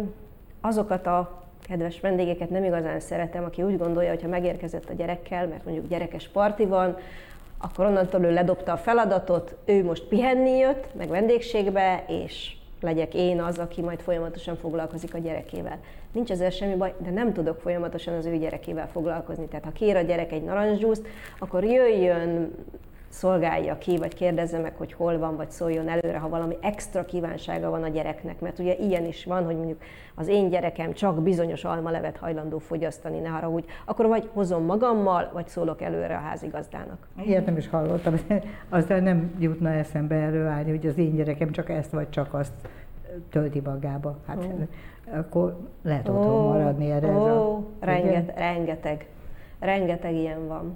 azokat a kedves vendégeket nem igazán szeretem, aki úgy gondolja, hogy ha megérkezett a gyerekkel, mert mondjuk gyerekes parti van, akkor onnantól ő ledobta a feladatot, ő most pihenni jött, meg vendégségbe, és legyek én az, aki majd folyamatosan foglalkozik a gyerekével. Nincs ezzel semmi baj, de nem tudok folyamatosan az ő gyerekével foglalkozni. Tehát ha kér a gyerek egy narancsdzsúszt, akkor jöjjön, szolgálja ki, vagy kérdezze meg, hogy hol van, vagy szóljon előre, ha valami extra kívánsága van a gyereknek. Mert ugye ilyen is van, hogy mondjuk az én gyerekem csak bizonyos almalevet hajlandó fogyasztani, ne haragudj, akkor vagy hozom magammal, vagy szólok előre a házigazdának. Ilyet nem is hallottam, aztán nem jutna eszembe előállni, hogy az én gyerekem csak ezt vagy csak azt tölti magába. Hát akkor lehet otthon maradni erre. Rengeteg ilyen van.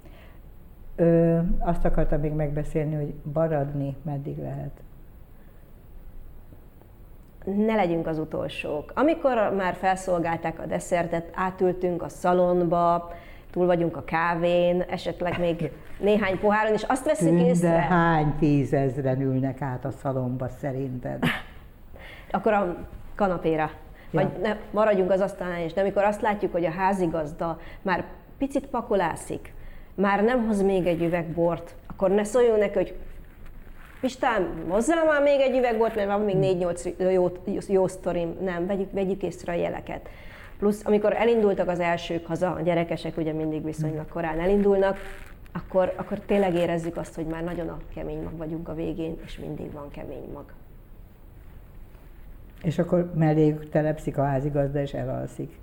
Azt akartam még megbeszélni, hogy maradni meddig lehet? ne legyünk az utolsók. Amikor már felszolgálták a desszertet, átültünk a szalonba, túl vagyunk a kávén, esetleg még néhány poháron, és azt veszünk észre. De hány 10 000 ülnek át a szalomba szerinted? Akkor a kanapéra. Vagy ne, maradjunk az asztalnál is. De amikor azt látjuk, hogy a házigazda már picit pakolászik, már nem hoz még egy üveg bort, akkor ne szóljunk neki, hogy Pistán, hozzá már még egy üveg bort, mert van még 4-8 jó sztorim. Nem, vegyük észre a jeleket. Plusz, amikor elindultak az elsők haza, a gyerekesek ugye mindig viszonylag korán elindulnak, akkor tényleg érezzük azt, hogy már nagyon a kemény mag vagyunk a végén, és mindig van kemény mag. És akkor melléjük telepszik a házigazda, és elalszik.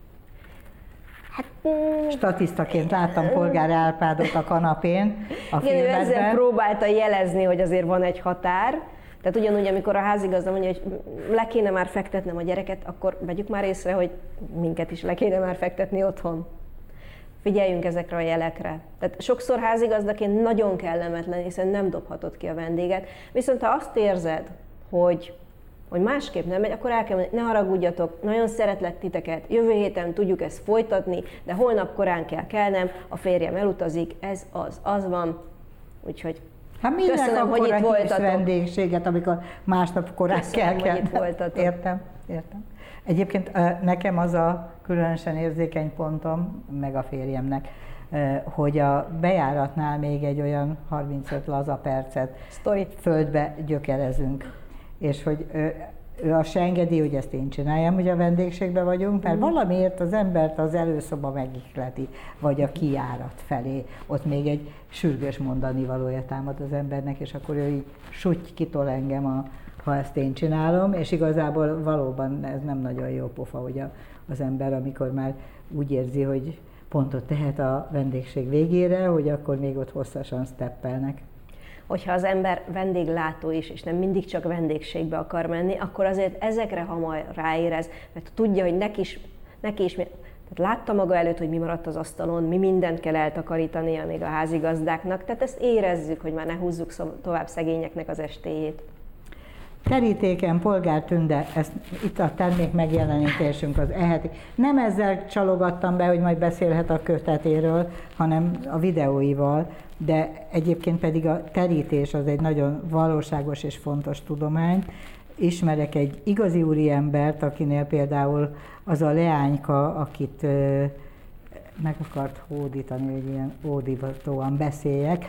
Hát, statisztaként láttam Polgár Árpádot a kanapén a filmedben. Ezzel próbálta jelezni, hogy azért van egy határ. Tehát ugyanúgy, amikor a házigazda mondja, hogy le kéne már fektetnem a gyereket, akkor vegyük már észre, hogy minket is le kéne már fektetni otthon. Figyeljünk ezekre a jelekre. Tehát sokszor házigazdaként nagyon kellemetlen, hiszen nem dobhatod ki a vendéget. Viszont ha azt érzed, hogy másképp nem megy, akkor el kell mondani, ne haragudjatok, nagyon szeretlek titeket, jövő héten tudjuk ezt folytatni, de holnap korán kell kelnem, a férjem elutazik, ez az van. Úgyhogy hát köszönöm, hogy itt voltatok. Vendégséget, amikor másnap korán köszönöm, kell. Hogy itt voltatok. Értem. Egyébként nekem az a különösen érzékeny pontom, meg a férjemnek, hogy a bejáratnál még egy olyan 35 laza percet földbe gyökerezünk. És hogy ő azt se engedi, hogy ezt én csináljam, hogy a vendégségben vagyunk, mert valamiért az embert az előszoba megihleti, vagy a kijárat felé. Ott még egy sürgős mondani valója támad az embernek, és akkor ő így sutty kitol engem, ha ezt én csinálom, és igazából valóban ez nem nagyon jó pofa, hogy az ember, amikor már úgy érzi, hogy pontot tehet a vendégség végére, hogy akkor még ott hosszasan steppelnek. Hogyha az ember vendéglátó is, és nem mindig csak vendégségbe akar menni, akkor azért ezekre hamar ráérez, mert tudja, hogy neki is tehát látta maga előtt, hogy mi maradt az asztalon, mi mindent kell eltakarítania még a házigazdáknak, tehát ezt érezzük, hogy már ne húzzuk tovább szegényeknek az estéjét. Terítéken Polgár Tünde, itt a termék megjelenítésünk az eheti. Nem ezzel csalogattam be, hogy majd beszélhet a kötetéről, hanem a videóival, de egyébként pedig a terítés az egy nagyon valóságos és fontos tudomány. Ismerek egy igazi úriembert, akinél például az a leányka, akit meg akart hódítani, hogy ilyen ódivatóan beszéljek,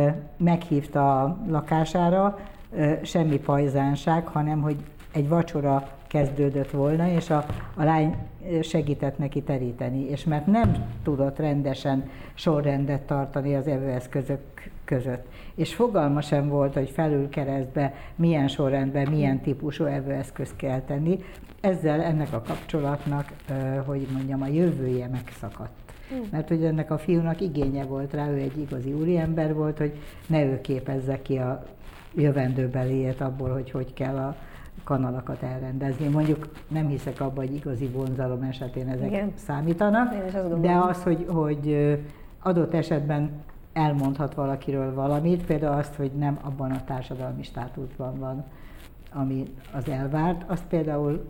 meghívta a lakására, semmi pajzánság, hanem hogy egy vacsora kezdődött volna, és a lány segített neki teríteni, és mert nem tudott rendesen sorrendet tartani az evőeszközök között. És fogalma sem volt, hogy felül keresztbe milyen sorrendben, milyen típusú evőeszközt kell tenni. Ezzel ennek a kapcsolatnak, hogy mondjam, a jövője megszakadt. Mert hogy ennek a fiúnak igénye volt rá, ő egy igazi úriember volt, hogy ne ő képezze ki a jövendőbeliét abból, hogy kell a kanalakat elrendezni. Mondjuk nem hiszek abban, hogy igazi vonzalom esetén ezek számítanak, de az, hogy adott esetben elmondhat valakiről valamit, például azt, hogy nem abban a társadalmi státuszban van, ami az elvárt, azt például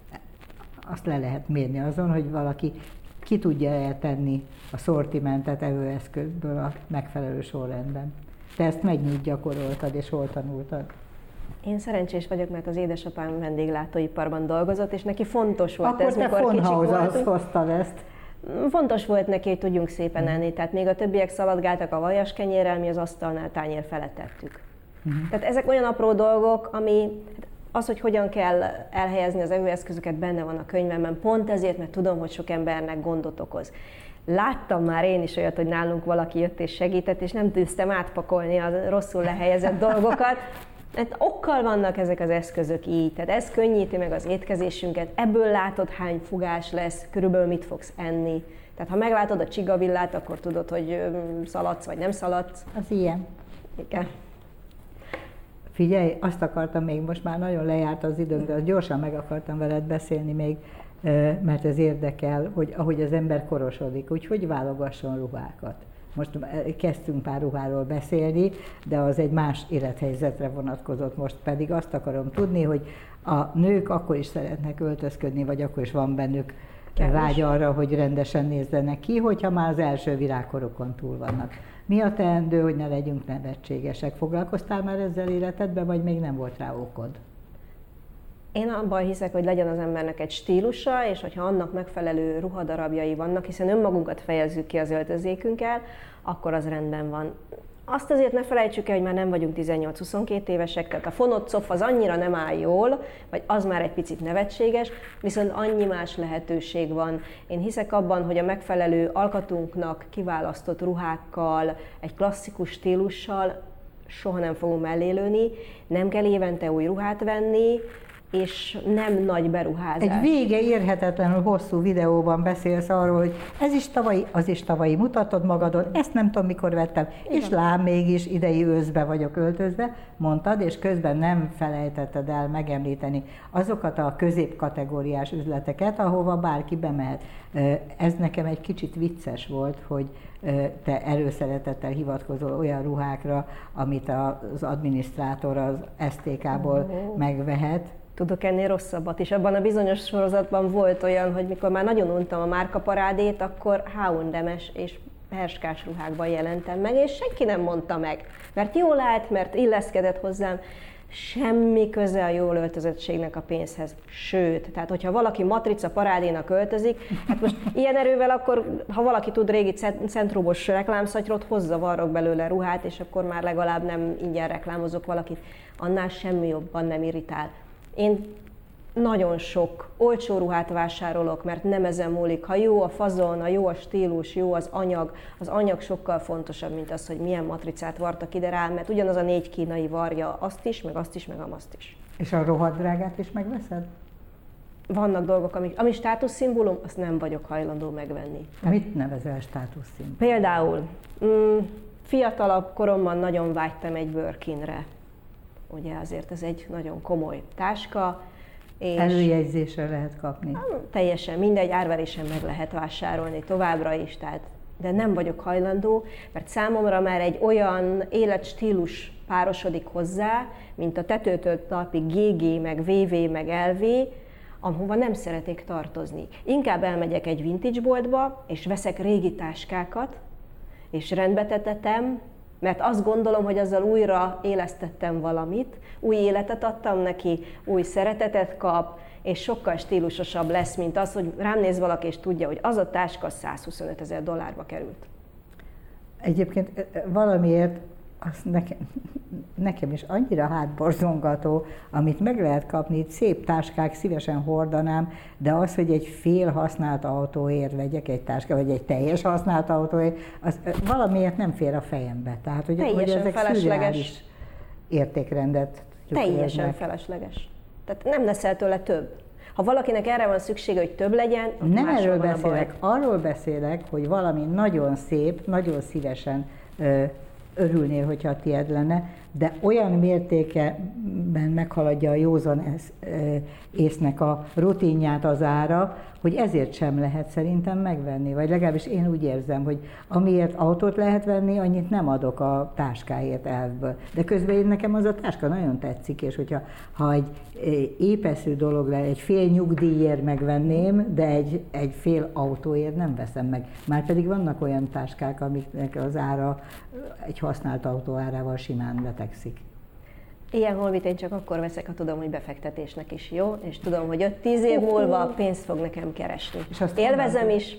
azt le lehet mérni azon, hogy valaki ki tudja eltenni a szortimentet evőeszközből a megfelelő sorrendben. Te ezt mennyit gyakoroltad és hol tanultad? Én szerencsés vagyok, mert az édesapám vendéglátóiparban dolgozott, és neki fontos volt akkor ez, mikor kicsik voltunk. Hoztad ezt. Fontos volt neki, hogy tudjunk szépen enni, tehát még a többiek szaladgáltak a vajas kenyérrel, mi az asztalnál tányér felett tettük. Tehát ezek olyan apró dolgok, ami az, hogy hogyan kell elhelyezni az evőeszközöket, benne van a könyvemben, pont ezért, mert tudom, hogy sok embernek gondot okoz. Láttam már én is olyat, hogy nálunk valaki jött és segített, és nem tűztem átpakolni a rosszul lehelyezett dolgokat. Hát okkal vannak ezek az eszközök így, tehát ez könnyíti meg az étkezésünket, ebből látod, hány fogás lesz, körülbelül mit fogsz enni. Tehát ha meglátod a csigavillát, akkor tudod, hogy szaladsz vagy nem szaladsz. Az ilyen. Igen. Figyelj, azt akartam még, most már nagyon lejárt az időm, de gyorsan meg akartam veled beszélni még mert ez érdekel, hogy ahogy az ember korosodik, hogy válogasson ruhákat. Most kezdtünk pár ruháról beszélni, de az egy más élethelyzetre vonatkozott. Most pedig azt akarom tudni, hogy a nők akkor is szeretnek öltözködni, vagy akkor is van bennük vágy arra, hogy rendesen nézzenek ki, hogyha már az első virágkorokon túl vannak. Mi a teendő, hogy ne legyünk nevetségesek? Foglalkoztál már ezzel életedben, vagy még nem volt rá okod? Én abban hiszek, hogy legyen az embernek egy stílusa, és hogyha annak megfelelő ruhadarabjai vannak, hiszen önmagunkat fejezzük ki az öltözékünkkel, akkor az rendben van. Azt azért ne felejtsük el, hogy már nem vagyunk 18-22 évesek, tehát a fonott cof az annyira nem áll jól, vagy az már egy picit nevetséges, viszont annyi más lehetőség van. Én hiszek abban, hogy a megfelelő alkatunknak kiválasztott ruhákkal, egy klasszikus stílussal soha nem fogunk mellélőni, nem kell évente új ruhát venni, és nem nagy beruházás. Egy vége érhetetlenül hosszú videóban beszélsz arról, hogy ez is tavalyi, az is tavalyi, mutatod magadon, ezt nem tudom mikor vettem, igen. És lám mégis idei őszbe vagyok öltözve, mondtad, és közben nem felejtetted el megemlíteni azokat a középkategóriás üzleteket, ahova bárki bemehet. Ez nekem egy kicsit vicces volt, hogy te előszeretettel hivatkozol olyan ruhákra, amit az adminisztrátor az STK-ból megvehet. Tudok ennél rosszabbat is. Abban a bizonyos sorozatban volt olyan, hogy mikor már nagyon untam a márkaparádét, akkor H&M-es és herskás ruhákban jelentem meg, és senki nem mondta meg. Mert jól állt, mert illeszkedett hozzám. Semmi köze a jól öltözöttségnek a pénzhez. Sőt, tehát hogyha valaki matrica parádénak öltözik, hát most ilyen erővel akkor, ha valaki tud régi centrumos reklámszatyrot, hozza varrok belőle ruhát, és akkor már legalább nem ingyen reklámozok valakit. Annál semmi jobban nem irritál. Én nagyon sok olcsó ruhát vásárolok, mert nem ezen múlik. Ha jó a fazon, ha jó a stílus, jó az anyag sokkal fontosabb, mint az, hogy milyen matricát vartak ide rá, mert ugyanaz a 4 kínai varja azt is, meg azt is, meg azt is. És a rohadt drágát is megveszed? Vannak dolgok, ami státuszszimbólum, azt nem vagyok hajlandó megvenni. Mit nevezel státuszszimbólum? Például fiatalabb koromban nagyon vágytam egy Birkinre. Ugye azért ez egy nagyon komoly táska. És előjegyzésre lehet kapni. Teljesen mindegy, árverésen meg lehet vásárolni továbbra is, de nem vagyok hajlandó, mert számomra már egy olyan életstílus párosodik hozzá, mint a tetőtől talpig GG, meg VV, meg LV, ahova nem szeretnék tartozni. Inkább elmegyek egy vintage boltba, és veszek régi táskákat, és rendbe tetetem, mert azt gondolom, hogy azzal újra élesztettem valamit, új életet adtam neki, új szeretetet kap, és sokkal stílusosabb lesz, mint az, hogy rám néz valaki, és tudja, hogy az a táska $125 000 került. Egyébként valamiért az nekem is annyira hátborzongató, amit meg lehet kapni, szép táskák, szívesen hordanám, de az, hogy egy fél használt autóért vegyek egy táska, vagy egy teljes használt autóért, az valamiért nem fér a fejembe. Tehát, hogy ezek szürreális értékrendet teljesen felesleges. Tehát nem leszel tőle több. Ha valakinek erre van szüksége, hogy több legyen, nem erről beszélek, arról beszélek, hogy valami nagyon szép, nagyon szívesen örülnél, hogyha a tiéd lenne, de olyan mértékben meghaladja a józan észnek a rutinját az ára, hogy ezért sem lehet szerintem megvenni. Vagy legalábbis én úgy érzem, hogy amiért autót lehet venni, annyit nem adok a táskáért elvből. De közben nekem az a táska nagyon tetszik, és hogyha egy épeszű dolog lenne, egy fél nyugdíjért megvenném, de egy fél autóért nem veszem meg. Márpedig vannak olyan táskák, amiknek az ára egy használt autó árával simán betegszik. Ilyen holmit én csak akkor veszek, ha tudom, hogy befektetésnek is jó, és tudom, hogy 5-10 év múlva pénzt fog nekem keresni. Élvezem is.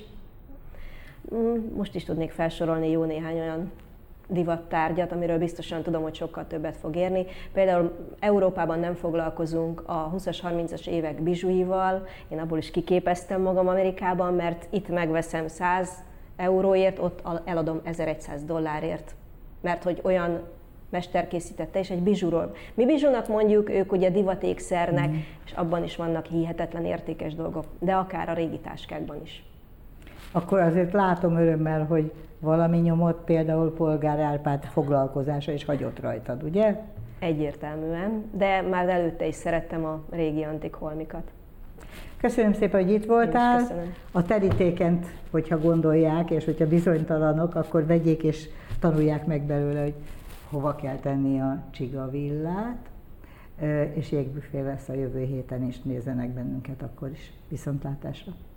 Most is tudnék felsorolni jó néhány olyan divattárgyat, amiről biztosan tudom, hogy sokkal többet fog érni. Például Európában nem foglalkozunk a 20-as, 30-as évek bizsuival. Én abból is kiképeztem magam Amerikában, mert itt megveszem 100 euróért, ott eladom $1100. Mert hogy olyan mester készítette, és egy bizsúról. Mi bizsúnak mondjuk, ők ugye divatékszernek, és abban is vannak hihetetlen értékes dolgok, de akár a régi táskákban is. Akkor azért látom örömmel, hogy valami nyomot, például Polgár Árpád foglalkozása is hagyott rajtad, ugye? Egyértelműen, de már előtte is szerettem a régi antik holmikat. Köszönöm szépen, hogy itt voltál. A terítékent, hogyha gondolják, és hogyha bizonytalanok, akkor vegyék és tanulják meg belőle, hogy hova kell tenni a csigavillát, és jégbüfé lesz a jövő héten is, nézzenek bennünket akkor is. Viszontlátásra!